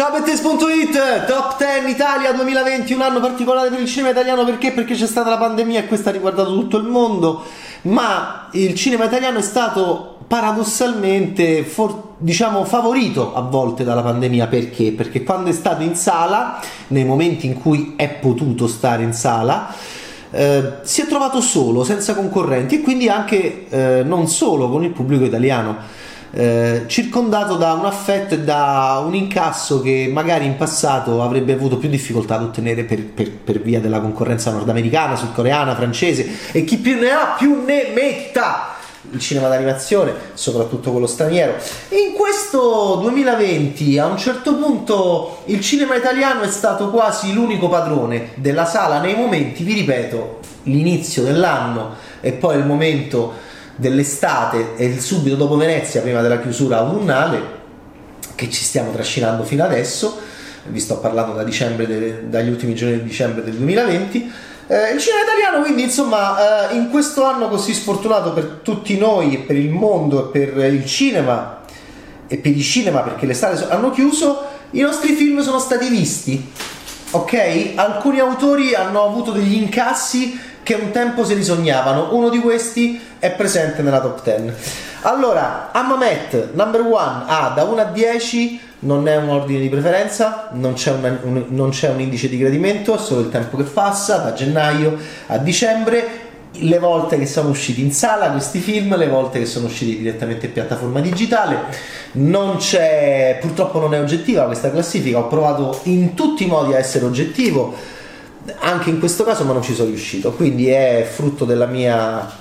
Ciao Bettes.it, Top 10 Italia 2020, un anno particolare per il cinema italiano. Perché? Perché c'è stata la pandemia e questa ha riguardato tutto il mondo, ma il cinema italiano è stato paradossalmente favorito a volte dalla pandemia. Perché? Perché quando è stato in sala, nei momenti in cui è potuto stare in sala, si è trovato solo, senza concorrenti, e quindi anche non solo con il pubblico italiano, circondato da un affetto e da un incasso che magari in passato avrebbe avuto più difficoltà ad ottenere per via della concorrenza nordamericana, sudcoreana, francese, e chi più ne ha più ne metta. Il cinema d'animazione, soprattutto quello straniero. In questo 2020 a un certo punto il cinema italiano è stato quasi l'unico padrone della sala nei momenti, vi ripeto, l'inizio dell'anno e poi il momento dell'estate e subito dopo Venezia, prima della chiusura autunnale, che ci stiamo trascinando fino adesso. Vi sto parlando da dicembre, dagli ultimi giorni di dicembre del 2020. Il cinema italiano, quindi, insomma, in questo anno così sfortunato per tutti noi e per il mondo e per il cinema e per i cinema, perché le sale hanno chiuso, i nostri film sono stati visti, ok? Alcuni autori hanno avuto degli incassi che un tempo se li sognavano. Uno di questi è presente nella top 10. Allora, Hammamet, number one, da 1 a 10, non è un ordine di preferenza, non c'è un indice di gradimento, è solo il tempo che passa, da gennaio a dicembre, le volte che sono usciti in sala questi film, le volte che sono usciti direttamente in piattaforma digitale. Non c'è, purtroppo non è oggettiva questa classifica, ho provato in tutti i modi a essere oggettivo, anche in questo caso, ma non ci sono riuscito, quindi è frutto della mia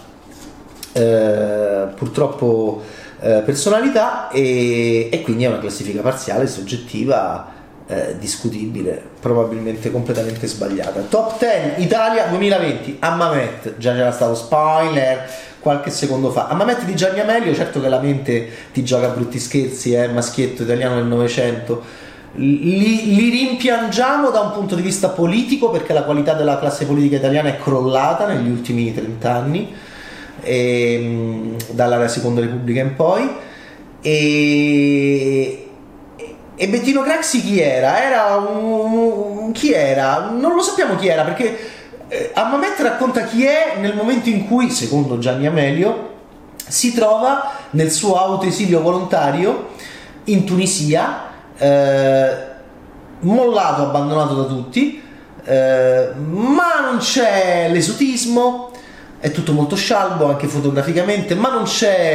purtroppo personalità, e quindi è una classifica parziale, soggettiva, discutibile, probabilmente completamente sbagliata. Top 10 Italia 2020, Hammamet, già c'era stato spoiler qualche secondo fa. Hammamet di Gianni Amelio, certo che la mente ti gioca brutti scherzi, maschietto italiano del Novecento. Li rimpiangiamo da un punto di vista politico, perché la qualità della classe politica italiana è crollata negli ultimi 30 anni, dalla Seconda Repubblica in poi. E Bettino Craxi chi era? Chi era? Non lo sappiamo chi era, perché Hammamet racconta chi è nel momento in cui, secondo Gianni Amelio, si trova nel suo autoesilio volontario in Tunisia, mollato, abbandonato da tutti, ma non c'è l'esotismo, è tutto molto scialbo anche fotograficamente, ma non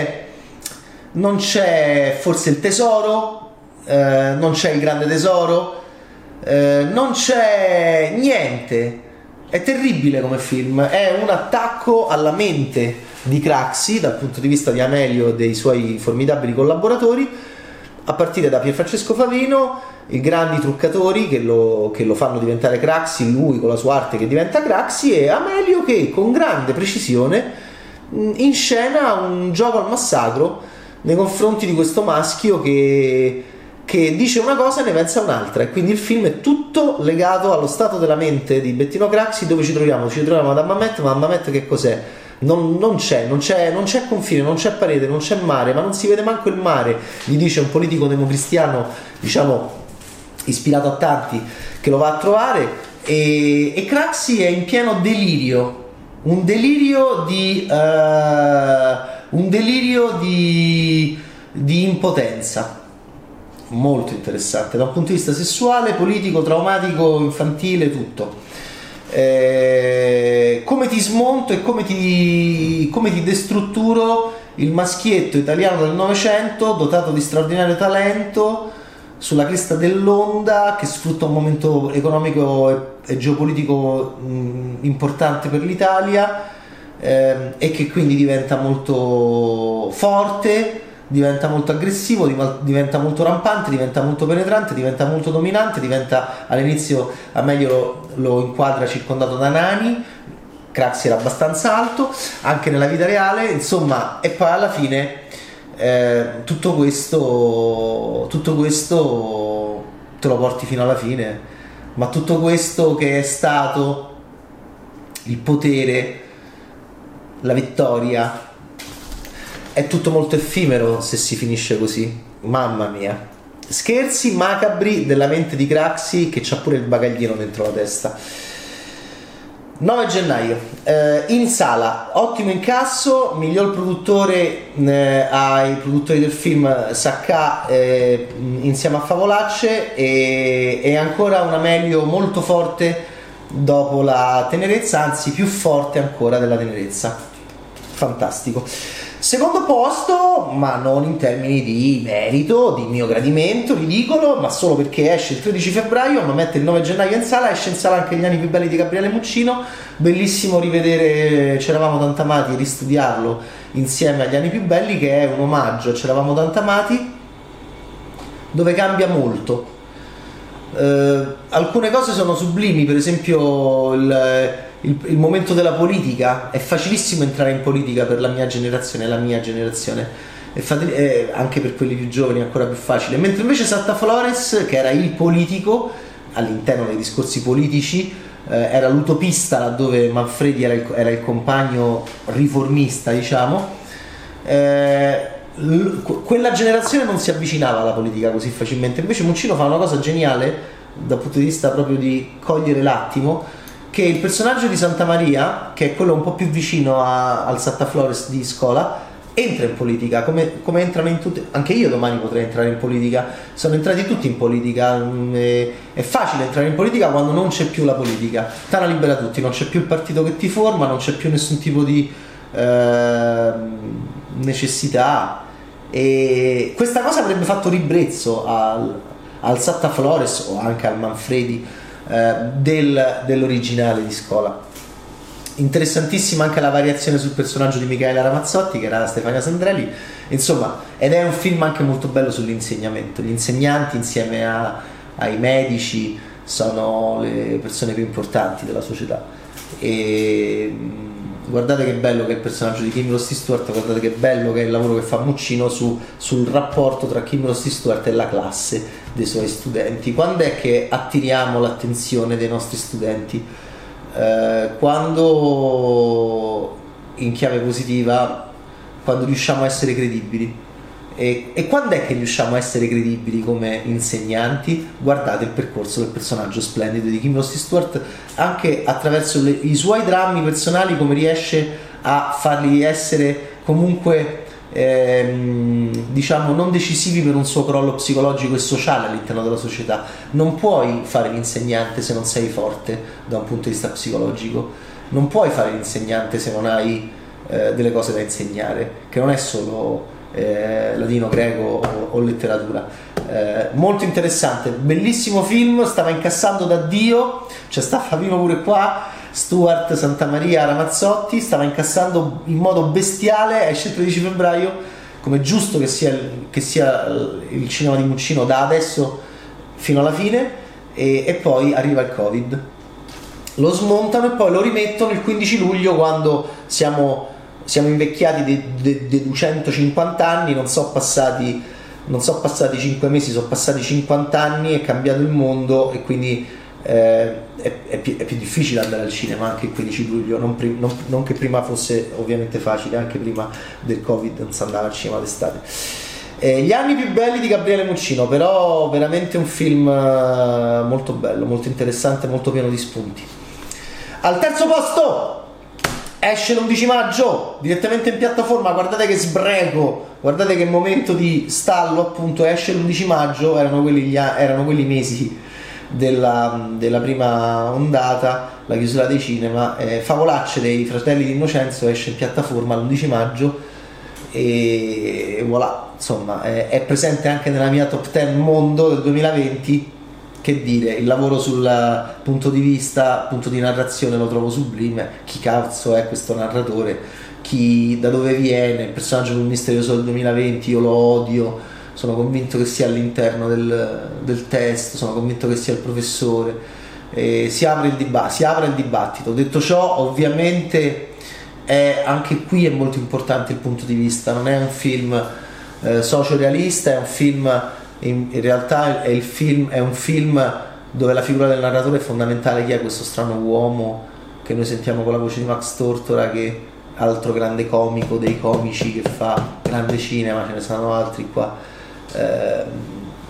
c'è forse il tesoro, non c'è il grande tesoro, non c'è niente. È terribile come film, è un attacco alla mente di Craxi dal punto di vista di Amelio e dei suoi formidabili collaboratori, a partire da Pierfrancesco Favino, i grandi truccatori che lo fanno diventare Craxi, lui con la sua arte che diventa Craxi, e Amelio che con grande precisione inscena un gioco al massacro nei confronti di questo maschio che dice una cosa e ne pensa un'altra, e quindi il film è tutto legato allo stato della mente di Bettino Craxi. Dove ci troviamo? Ci troviamo ad Hammamet, ma Hammamet che cos'è? Non c'è confine, non c'è parete, non c'è mare, ma non si vede manco il mare, gli dice un politico democristiano, diciamo ispirato a tanti, che lo va a trovare, e Craxi è in pieno delirio, un delirio di impotenza molto interessante da un punto di vista sessuale, politico, traumatico, infantile, tutto. Come ti smonto e come ti destrutturo il maschietto italiano del Novecento, dotato di straordinario talento, sulla cresta dell'onda, che sfrutta un momento economico e geopolitico importante per l'Italia, e che quindi diventa molto forte, diventa molto aggressivo, diventa molto rampante, diventa molto penetrante, diventa molto dominante, diventa, all'inizio Amelio lo inquadra circondato da nani, Craxi era abbastanza alto anche nella vita reale, insomma, e poi alla fine tutto questo te lo porti fino alla fine, ma tutto questo che è stato il potere, la vittoria, è tutto molto effimero se si finisce così. Mamma mia, scherzi macabri della mente di Craxi, che c'ha pure il bagaglino dentro la testa. 9 gennaio, in sala, ottimo incasso, miglior produttore ai produttori del film Sacca insieme a Favolacce, e ancora un Amelio molto forte dopo la tenerezza, anzi più forte ancora della tenerezza. Fantastico. Secondo posto, ma non in termini di merito, di mio gradimento, ridicolo, ma solo perché esce il 13 febbraio, ma mette il 9 gennaio in sala, esce in sala anche Gli anni più belli di Gabriele Muccino. Bellissimo rivedere C'eravamo tanto amati e ristudiarlo insieme agli anni più belli, che è un omaggio a C'eravamo tanto amati, dove cambia molto. Alcune cose sono sublimi, per esempio il momento della politica. È facilissimo entrare in politica per la mia generazione, anche per quelli più giovani è ancora più facile, mentre invece Santa Flores, che era il politico all'interno dei discorsi politici, era l'utopista, laddove Manfredi era il compagno riformista, diciamo. Quella generazione non si avvicinava alla politica così facilmente, invece Muccino fa una cosa geniale dal punto di vista proprio di cogliere l'attimo, che il personaggio di Santa Maria, che è quello un po' più vicino al Santa Flores di Scola, entra in politica, come entrano in tutti. Anche io domani potrei entrare in politica, sono entrati tutti in politica. È facile entrare in politica quando non c'è più la politica, Tana libera tutti, non c'è più il partito che ti forma, non c'è più nessun tipo di necessità, e questa cosa avrebbe fatto ribrezzo al Santa Flores o anche al Manfredi dell'originale di Scola. Interessantissima anche la variazione sul personaggio di Michaela Ramazzotti, che era Stefania Sandrelli, insomma, ed è un film anche molto bello sull'insegnamento. Gli insegnanti insieme ai medici sono le persone più importanti della società, e guardate che bello che è il personaggio di Kim Rossi Stuart, guardate che bello che è il lavoro che fa Muccino sul rapporto tra Kim Rossi Stuart e la classe dei suoi studenti. Quando è che attiriamo l'attenzione dei nostri studenti? Quando, in chiave positiva, quando riusciamo a essere credibili. E quando è che riusciamo a essere credibili come insegnanti? Guardate il percorso del personaggio splendido di Kim Rossi Stuart, anche attraverso i suoi drammi personali, come riesce a farli essere comunque diciamo non decisivi per un suo crollo psicologico e sociale all'interno della società. Non puoi fare l'insegnante se non sei forte da un punto di vista psicologico, non puoi fare l'insegnante se non hai delle cose da insegnare, che non è solo latino, greco o letteratura. Molto interessante, bellissimo film, stava incassando da Dio, c'è sta Favino pure qua, Stuart, Santa Maria, Ramazzotti, stava incassando in modo bestiale, esce il 13 febbraio, come giusto che sia il cinema di Muccino da adesso fino alla fine, e poi arriva il Covid, lo smontano e poi lo rimettono il 15 luglio, quando siamo invecchiati di 250 anni, non so passati 5 mesi, sono passati 50 anni, è cambiato il mondo, e quindi è più difficile andare al cinema anche il 15 luglio, non che prima fosse ovviamente facile, anche prima del Covid non si andava al cinema d'estate. Gli anni più belli di Gabriele Muccino, però veramente un film molto bello, molto interessante, molto pieno di spunti. Al terzo posto esce l'11 maggio direttamente in piattaforma, guardate che sbrego, guardate che momento di stallo, appunto, esce l'11 maggio, erano quelli mesi della prima ondata, la chiusura dei cinema. Favolacce dei Fratelli di Innocenzo esce in piattaforma l'11 maggio e voilà, insomma, è presente anche nella mia top 10 mondo del 2020. Che dire, il lavoro sul punto di vista, punto di narrazione lo trovo sublime. Chi cazzo è questo narratore? Da dove viene? Il personaggio più misterioso del 2020, io lo odio, sono convinto che sia all'interno del testo, sono convinto che sia il professore. Si apre il dibattito. Detto ciò, ovviamente anche qui è molto importante il punto di vista, non è un film socio-realista, è un film, in realtà è un film dove la figura del narratore è fondamentale. Chi è questo strano uomo che noi sentiamo con la voce di Max Tortora, che altro grande comico dei comici, che fa grande cinema, ce ne sono altri qua.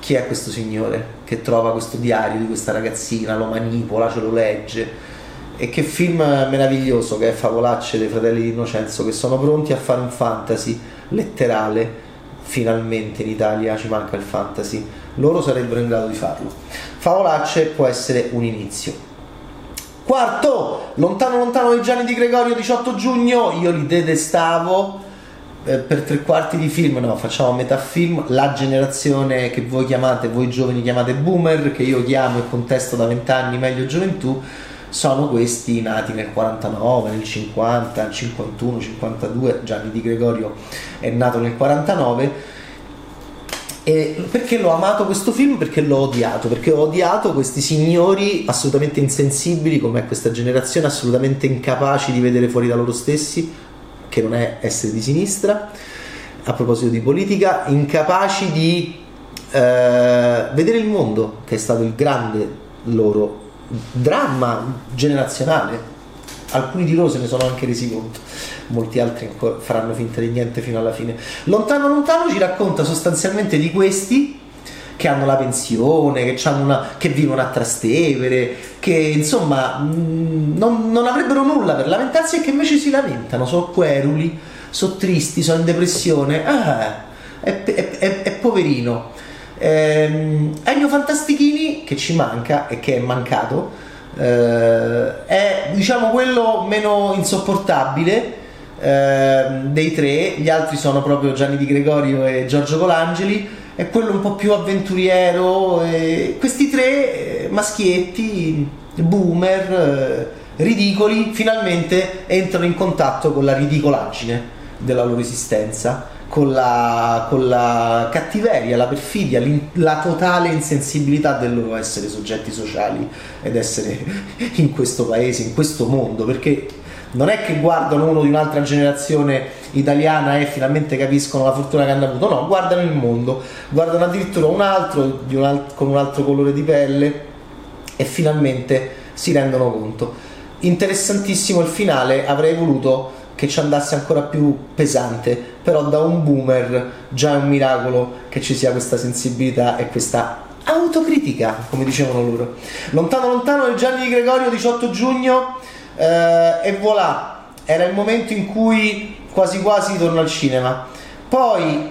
chi è questo signore che trova questo diario di questa ragazzina, lo manipola, ce lo legge. E che film meraviglioso che è Favolacce dei fratelli di Innocenzo, che sono pronti a fare un fantasy letterale. Finalmente in Italia ci manca il fantasy, loro sarebbero in grado di farlo. Favolacce può essere un inizio. Quarto, Lontano lontano di Gianni Di Gregorio, 18 giugno. Io li detestavo per 3/4 di film, no, facciamo metà film. La generazione che voi chiamate, voi giovani chiamate boomer, che io chiamo e contesto da 20 anni meglio gioventù, sono questi nati nel 49, nel 50, nel 51, 52. Gianni Di Gregorio è nato nel 49. E perché l'ho amato questo film? Perché l'ho odiato, perché ho odiato questi signori assolutamente insensibili, come questa generazione, assolutamente incapaci di vedere fuori da loro stessi, che non è essere di sinistra, a proposito di politica, incapaci di vedere il mondo, che è stato il grande loro dramma generazionale. Alcuni di loro se ne sono anche resi conto, molti altri ancora faranno finta di niente fino alla fine. Lontano lontano ci racconta sostanzialmente di questi che hanno la pensione, che vivono a Trastevere, che insomma non avrebbero nulla per lamentarsi e che invece si lamentano, sono queruli, sono tristi, sono in depressione. È poverino. Ennio Fantastichini, che ci manca e che è mancato, è diciamo quello meno insopportabile dei tre. Gli altri sono proprio Gianni Di Gregorio e Giorgio Colangeli, è quello un po' più avventuriero. Questi tre maschietti boomer ridicoli finalmente entrano in contatto con la ridicolaggine della loro esistenza, con la cattiveria, la perfidia, la totale insensibilità del loro essere soggetti sociali ed essere in questo paese, in questo mondo, perché non è che guardano uno di un'altra generazione italiana e finalmente capiscono la fortuna che hanno avuto, no, guardano il mondo, guardano addirittura un altro con un altro colore di pelle e finalmente si rendono conto. Interessantissimo il finale, avrei voluto che ci andasse ancora più pesante, però da un boomer già è un miracolo che ci sia questa sensibilità e questa autocritica, come dicevano loro. Lontano lontano di Gianni Di Gregorio, 18 giugno, e voilà, era il momento in cui quasi quasi torno al cinema. Poi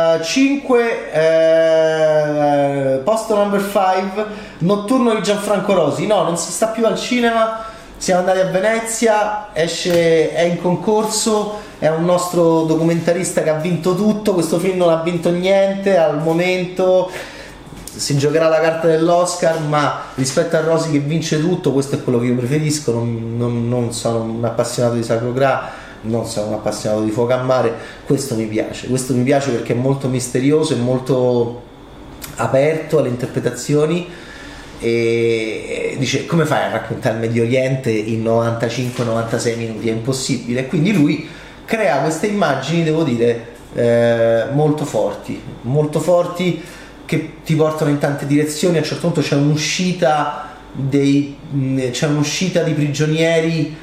5, posto number 5, Notturno di Gianfranco Rosi. No, non si sta più al cinema, siamo andati a Venezia, è in concorso, è un nostro documentarista che ha vinto tutto. Questo film non ha vinto niente al momento, si giocherà la carta dell'Oscar, ma rispetto a Rosi che vince tutto, questo è quello che io preferisco. Non sono un appassionato di Sacro Gra, non sono un appassionato di Fuoco a Mare. Questo mi piace perché è molto misterioso, è molto aperto alle interpretazioni, e dice: come fai a raccontare il Medio Oriente in 95-96 minuti? È impossibile. Quindi lui crea queste immagini, devo dire, molto forti, che ti portano in tante direzioni. A un certo punto c'è un'uscita di prigionieri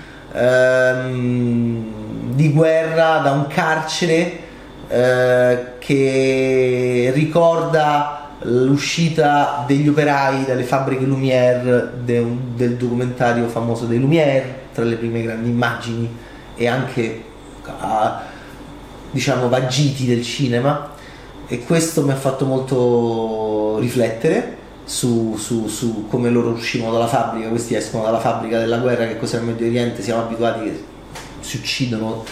di guerra da un carcere, che ricorda l'uscita degli operai dalle fabbriche Lumière del documentario famoso dei Lumière, tra le prime grandi immagini e anche diciamo vagiti del cinema. E questo mi ha fatto molto riflettere su come loro uscivano dalla fabbrica. Questi escono dalla fabbrica della guerra. Che cos'è il Medio Oriente? Siamo abituati che si uccidono,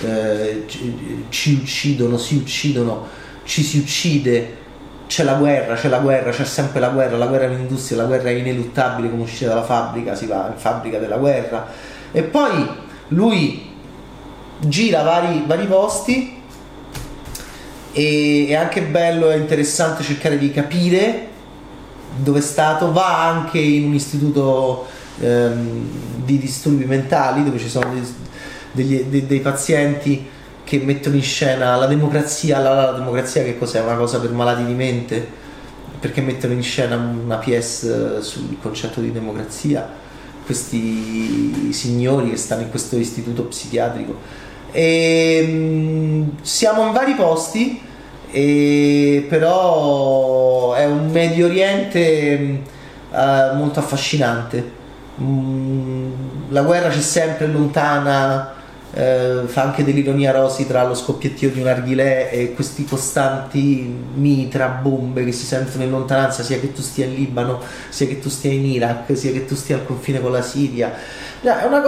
ci uccidono, ci si uccide, c'è la guerra, c'è sempre la guerra è un'industria, la guerra è ineluttabile. Come uscire dalla fabbrica, si va in fabbrica della guerra. E poi lui gira vari posti, e è anche bello e interessante cercare di capire dove è stato. Va anche in un istituto di disturbi mentali, dove ci sono dei pazienti che mettono in scena la democrazia. La democrazia che cos'è? Una cosa per malati di mente, perché mettono in scena una pièce sul concetto di democrazia, questi signori che stanno in questo istituto psichiatrico. E siamo in vari posti, e però è un Medio Oriente molto affascinante. La guerra c'è sempre, è lontana, fa anche dell'ironia Rossi tra lo scoppiettio di un narghilè e questi costanti mitra, bombe che si sentono in lontananza, sia che tu stia in Libano, sia che tu stia in Iraq, sia che tu stia al confine con la Siria. È una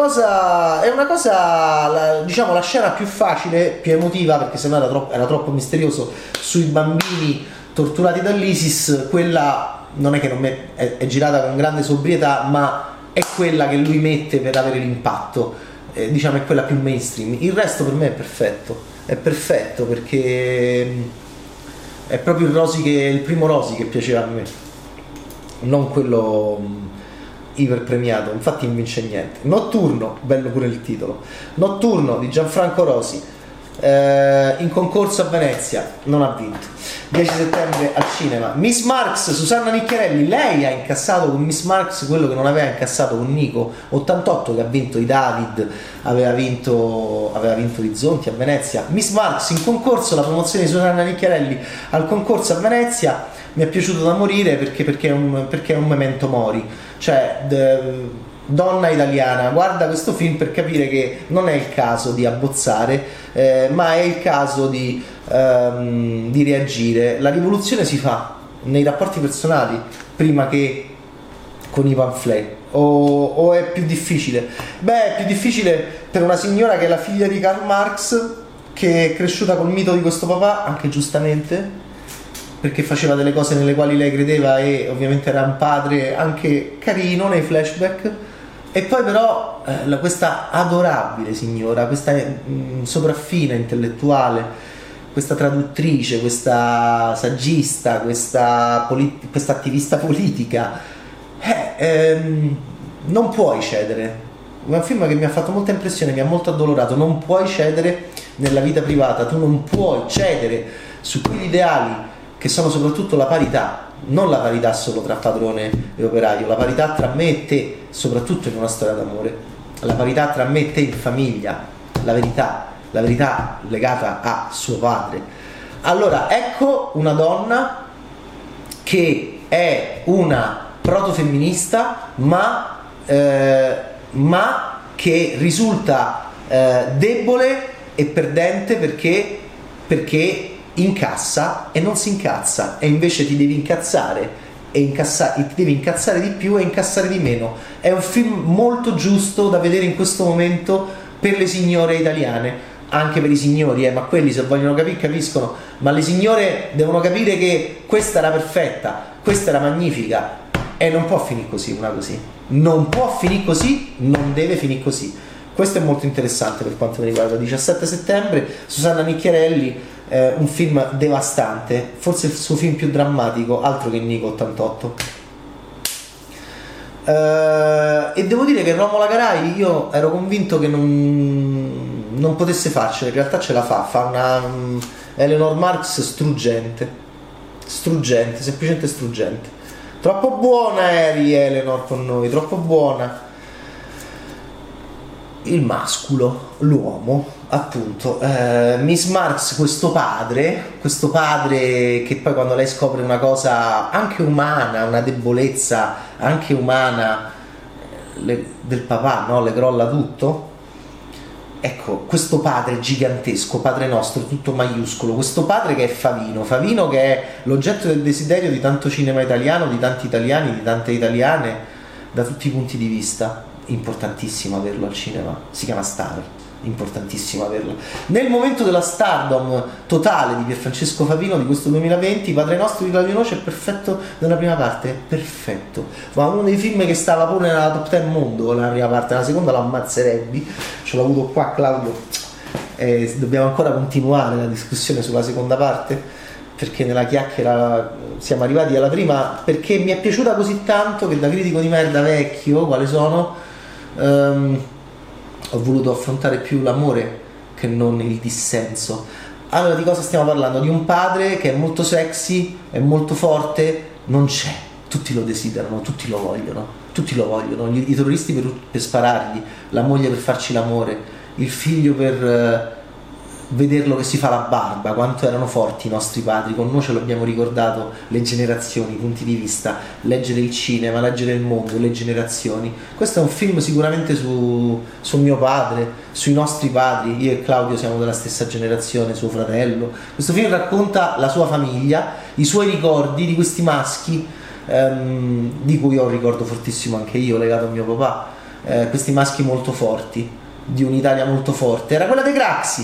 cosa, diciamo, la scena più facile, più emotiva, perché sennò era troppo misterioso, sui bambini torturati dall'ISIS. Quella non è che è girata con grande sobrietà, ma è quella che lui mette per avere l'impatto, diciamo è quella più mainstream. Il resto per me è perfetto perché è proprio il primo Rosy che piaceva a me, non quello iper premiato, infatti non vince niente. Notturno, bello pure il titolo, Notturno di Gianfranco Rosi, in concorso a Venezia, non ha vinto. 10 settembre al cinema. Miss Marx, Susanna Nicchiarelli, lei ha incassato con Miss Marx quello che non aveva incassato con Nico 88, che ha vinto i David, aveva vinto Orizzonti a Venezia. Miss Marx in concorso, la promozione di Susanna Nicchiarelli al concorso a Venezia mi è piaciuto da morire perché è un memento mori, cioè donna italiana, guarda questo film per capire che non è il caso di abbozzare, ma è il caso di reagire. La rivoluzione si fa nei rapporti personali prima che con i pamphlet, o è più difficile? Beh, è più difficile per una signora che è la figlia di Karl Marx, che è cresciuta col mito di questo papà, anche giustamente, perché faceva delle cose nelle quali lei credeva e ovviamente era un padre anche carino nei flashback. E poi però questa adorabile signora, questa sopraffina intellettuale, questa traduttrice, questa saggista, questa attivista politica, non puoi cedere. È un film che mi ha fatto molta impressione, mi ha molto addolorato. Non puoi cedere nella vita privata, tu non puoi cedere su quegli ideali che sono soprattutto la parità, non la parità solo tra padrone e operaio, la parità tra me e te, soprattutto in una storia d'amore, la parità tra me e te in famiglia, la verità legata a suo padre. Allora, ecco una donna che è una protofemminista, ma che risulta debole e perdente perché incassa e non si incazza, e invece ti devi incazzare ti devi incazzare di più e incazzare di meno. È un film molto giusto da vedere in questo momento per le signore italiane, anche per i signori, ma quelli se vogliono capire capiscono, ma le signore devono capire che questa era perfetta, questa era magnifica, e non può finire così, non può finire così, non deve finire così. Questo è molto interessante per quanto mi riguarda. 17 settembre, Susanna Nicchiarelli, un film devastante, forse il suo film più drammatico, altro che Nico 88. E devo dire che Romola Garai io ero convinto che non potesse farcela, in realtà ce la fa una Eleanor Marx struggente, semplicemente struggente. Troppo buona eri Eleanor con noi, troppo buona. Il masculo, l'uomo, appunto, Miss Marx, questo padre che poi quando lei scopre una cosa anche umana, una debolezza anche umana del papà, no? Le crolla tutto. Ecco, questo padre gigantesco, Padre Nostro, tutto maiuscolo, questo padre che è Favino che è l'oggetto del desiderio di tanto cinema italiano, di tanti italiani, di tante italiane, da tutti i punti di vista. Importantissimo averlo al cinema, si chiama Star, importantissimo averlo. Nel momento della stardom totale di Pierfrancesco Favino di questo 2020, Padre Nostro di Claudio Noce è perfetto nella prima parte, è perfetto, ma uno dei film che stava pure nella top 10 mondo nella prima parte, nella seconda lo ammazzerebbe, ce l'ho avuto qua Claudio, dobbiamo ancora continuare la discussione sulla seconda parte, perché nella chiacchiera siamo arrivati alla prima, perché mi è piaciuta così tanto che da critico di merda vecchio, quale sono, ho voluto affrontare più l'amore che non il dissenso. Allora, di cosa stiamo parlando? Di un padre che è molto sexy, è molto forte, non c'è, tutti lo desiderano, tutti lo vogliono, i terroristi per sparargli, la moglie per farci l'amore, il figlio per vederlo che si fa la barba, quanto erano forti i nostri padri, con noi ce l'abbiamo ricordato le generazioni, i punti di vista, leggere il cinema, leggere il mondo, le generazioni. Questo è un film sicuramente su mio padre, sui nostri padri. Io e Claudio siamo della stessa generazione, suo fratello. Questo film racconta la sua famiglia, i suoi ricordi di questi maschi, di cui ho un ricordo fortissimo anche io legato a mio papà, questi maschi molto forti, di un'Italia molto forte. Era quella dei Craxi.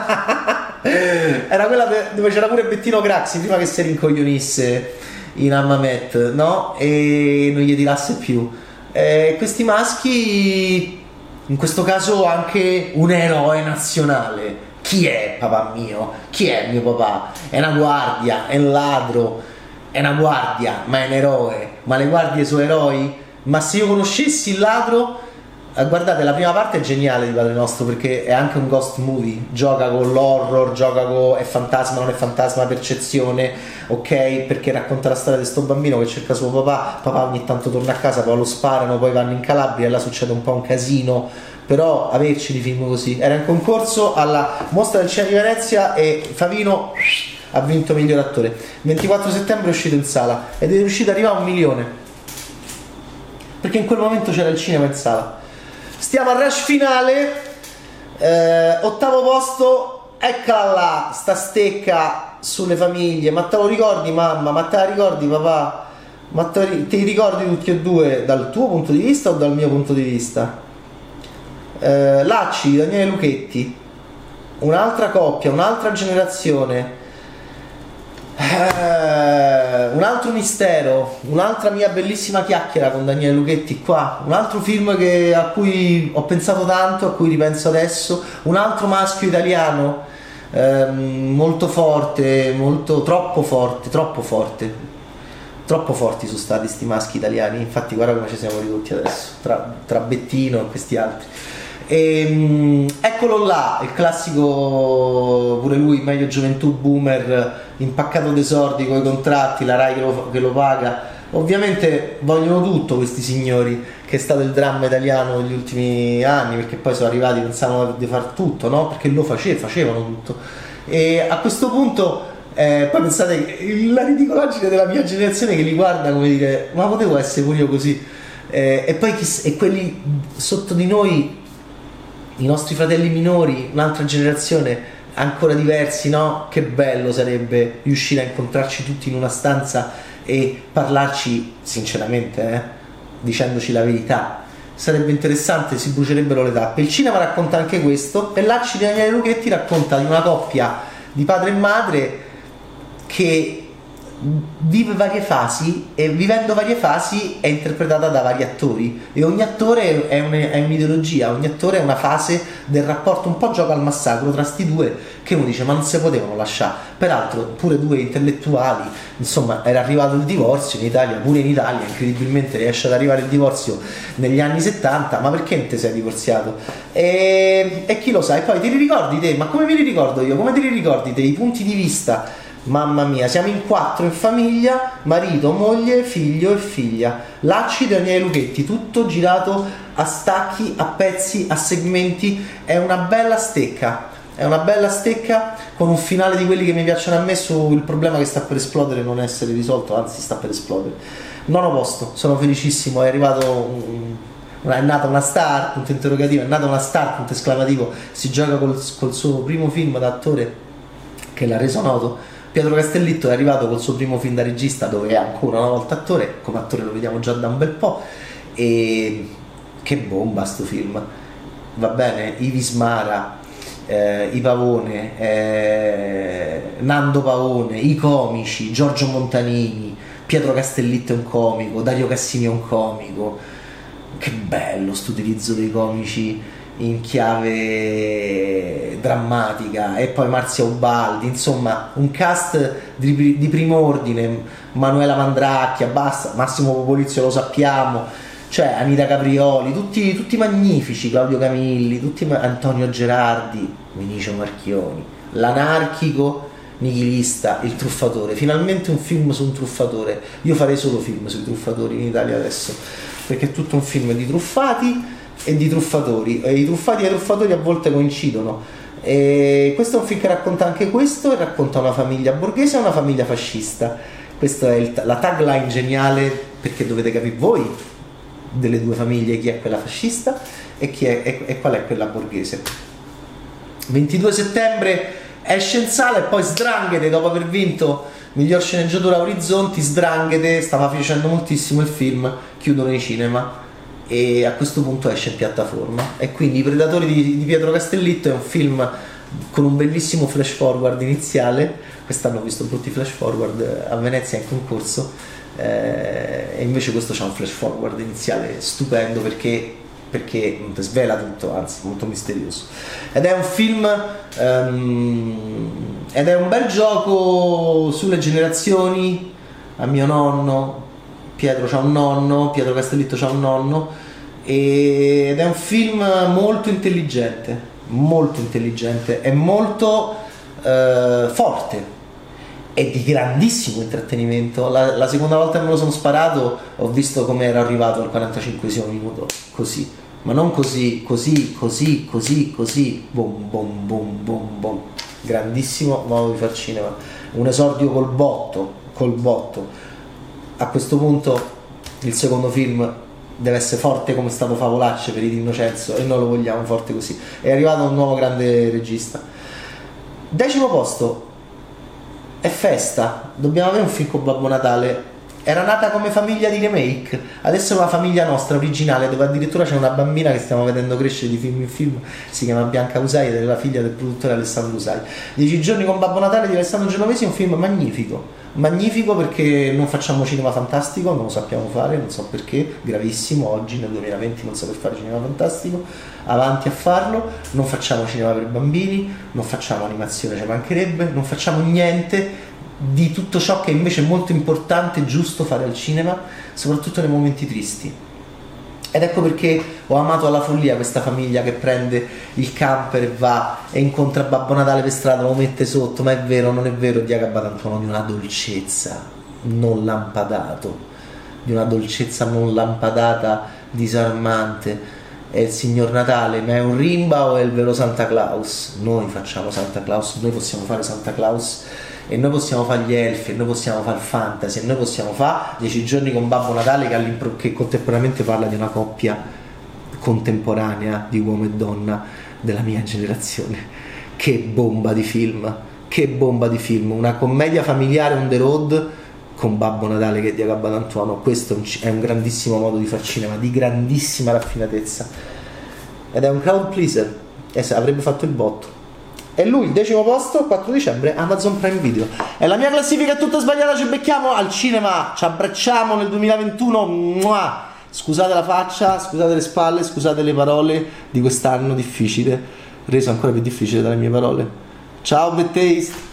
Era quella dove c'era pure Bettino Craxi prima che si rincoglionisse in Hammamet, no? E non gli tirasse più. Questi maschi, in questo caso anche un eroe nazionale. Chi è papà mio? Chi è mio papà? È una guardia, è un ladro, è una guardia, ma è un eroe. Ma le guardie sono eroi? Ma se io conoscessi il ladro... Guardate, la prima parte è geniale di Padre Nostro, perché è anche un ghost movie, gioca con l'horror, gioca con è fantasma, non è fantasma, percezione, ok? Perché racconta la storia di sto bambino che cerca suo papà ogni tanto torna a casa, poi lo sparano, poi vanno in Calabria e là succede un po' un casino. Però averci di film così. Era in concorso alla Mostra del Cinema di Venezia e Favino ha vinto miglior attore. Il 24 settembre è uscito in sala ed è riuscito ad arrivare a 1 milione, perché in quel momento c'era il cinema in sala. Stiamo al rush finale, 8° posto, eccola là, sta stecca sulle famiglie. Ma te lo ricordi mamma? Ma te la ricordi papà? Ma te li ricordi tutti e due dal tuo punto di vista o dal mio punto di vista? Lacci, Daniele Lucchetti, un'altra coppia, un'altra generazione, un altro mistero, un'altra mia bellissima chiacchiera con Daniele Lucchetti qua, un altro film a cui ho pensato tanto, a cui ripenso adesso, un altro maschio italiano, molto forte, troppo forti sono stati sti maschi italiani. Infatti guarda come ci siamo ridotti adesso tra Bettino e questi altri. Eccolo là, il classico, pure lui meglio gioventù boomer, impaccato dei soldi con i contratti, la Rai che lo paga. Ovviamente vogliono tutto questi signori, che è stato il dramma italiano negli ultimi anni, perché poi sono arrivati, pensavano di far tutto, no? Perché lo facevano tutto. E a questo punto poi pensate la ridicolaggine della mia generazione che li guarda come dire: ma potevo essere pure io così. E poi e quelli sotto di noi, i nostri fratelli minori, un'altra generazione ancora diversi, no? Che bello sarebbe riuscire a incontrarci tutti in una stanza e parlarci sinceramente, dicendoci la verità. Sarebbe interessante, si brucerebbero le tappe. Il cinema racconta anche questo, e Lacci di Daniele Lucchetti racconta di una coppia di padre e madre che vive varie fasi, e vivendo varie fasi è interpretata da vari attori, e ogni attore è un'ideologia, ogni attore è una fase del rapporto, un po' gioca al massacro tra sti due, che uno dice ma non si potevano lasciare, peraltro pure due intellettuali, insomma era arrivato il divorzio in Italia, pure in Italia incredibilmente riesce ad arrivare il divorzio negli anni 70, ma perché non ti sei divorziato? E chi lo sa, e poi ti li ricordi te, ma come me li ricordo io, come te li ricordi te, i punti di vista. Mamma mia, siamo in 4 in famiglia, marito, moglie, figlio e figlia. Lacci, Daniele Lucchetti, tutto girato a stacchi, a pezzi, a segmenti. È una bella stecca con un finale di quelli che mi piacciono a me, sul problema che sta per esplodere non essere risolto, anzi sta per esplodere. 9° posto, sono felicissimo, è nata una star, punto interrogativo, è nata una star, punto esclamativo. Si gioca col suo primo film da attore che l'ha reso noto. Pietro Castellitto è arrivato col suo primo film da regista, dove è ancora una volta attore, come attore lo vediamo già da un bel po', e che bomba sto film, va bene, Ivis Mara, I Pavone, Nando Pavone, i comici, Giorgio Montanini, Pietro Castellitto è un comico, Dario Cassini è un comico, che bello sto utilizzo dei comici in chiave drammatica, e poi Marzia Ubaldi, insomma un cast di primo ordine, Manuela Mandracchia, basta, Massimo Popolizio lo sappiamo, cioè Anita Caprioli, tutti magnifici, Claudio Camilli, Antonio Gerardi, Vinicio Marchioni, l'anarchico nichilista, il truffatore. Finalmente un film su un truffatore. Io farei solo film sui truffatori in Italia adesso, perché è tutto un film di truffati e di truffatori, e i truffati e i truffatori a volte coincidono, E questo è un film che racconta anche questo, e racconta una famiglia borghese e una famiglia fascista. Questa è la tagline geniale, perché dovete capire voi delle due famiglie chi è quella fascista e qual è quella borghese. 22 settembre esce in sala, e poi Sdranghete, dopo aver vinto miglior sceneggiatura Orizzonti, Sdranghete stava facendo moltissimo il film, chiudono i cinema e a questo punto esce in piattaforma. E quindi I Predatori di Pietro Castellitto è un film con un bellissimo flash forward iniziale. Quest'anno ho visto brutti flash forward a Venezia in concorso, e invece questo c'ha un flash forward iniziale stupendo, perché non ti svela tutto, anzi molto misterioso, ed è un film ed è un bel gioco sulle generazioni. A mio nonno, Pietro c'ha un nonno, Pietro Castellitto c'ha un nonno, ed è un film molto intelligente e molto forte e di grandissimo intrattenimento. La seconda volta che me lo sono sparato ho visto come ero arrivato al 45esimo minuto, così, ma non così, bom bom bom bom bom. Grandissimo modo di far cinema, un esordio col botto. A questo punto il secondo film deve essere forte come è stato Favolacce per Di Innocenzo, e noi lo vogliamo forte così. È arrivato un nuovo grande regista. 10° posto è Festa. Dobbiamo avere un film con Babbo Natale. Era nata come famiglia di remake, adesso è una famiglia nostra originale, dove addirittura c'è una bambina che stiamo vedendo crescere di film in film, si chiama Bianca Usai ed è la figlia del produttore Alessandro Usai. 10 giorni con Babbo Natale di Alessandro Genovesi è un film magnifico perché non facciamo cinema fantastico, non lo sappiamo fare, non so perché, gravissimo oggi nel 2020 non saper fare cinema fantastico, avanti a farlo. Non facciamo cinema per bambini, non facciamo animazione, ci mancherebbe, non facciamo niente di tutto ciò che invece è molto importante e giusto fare al cinema, soprattutto nei momenti tristi. Ed ecco perché ho amato alla follia questa famiglia che prende il camper e va e incontra Babbo Natale per strada, lo mette sotto, ma è vero, non è vero, di Agabatantuono, di una dolcezza non lampadata, disarmante. È il Signor Natale, ma è un rimba o è il vero Santa Claus? Noi facciamo Santa Claus, noi possiamo fare Santa Claus, e noi possiamo fare gli elfi, e noi possiamo fare il fantasy, e noi possiamo fare 10 giorni con Babbo Natale che contemporaneamente parla di una coppia contemporanea di uomo e donna della mia generazione. Che bomba di film, una commedia familiare on the road con Babbo Natale che è di Agabatantuono. Questo è un grandissimo modo di far cinema, di grandissima raffinatezza, ed è un crowd pleaser, e avrebbe fatto il botto. E lui, il 10° posto, 4 dicembre, Amazon Prime Video. E la mia classifica è tutta sbagliata, ci becchiamo al cinema, ci abbracciamo nel 2021. Mua! Scusate la faccia, scusate le spalle, scusate le parole di quest'anno difficile, reso ancora più difficile dalle mie parole. Ciao, Bad Taste!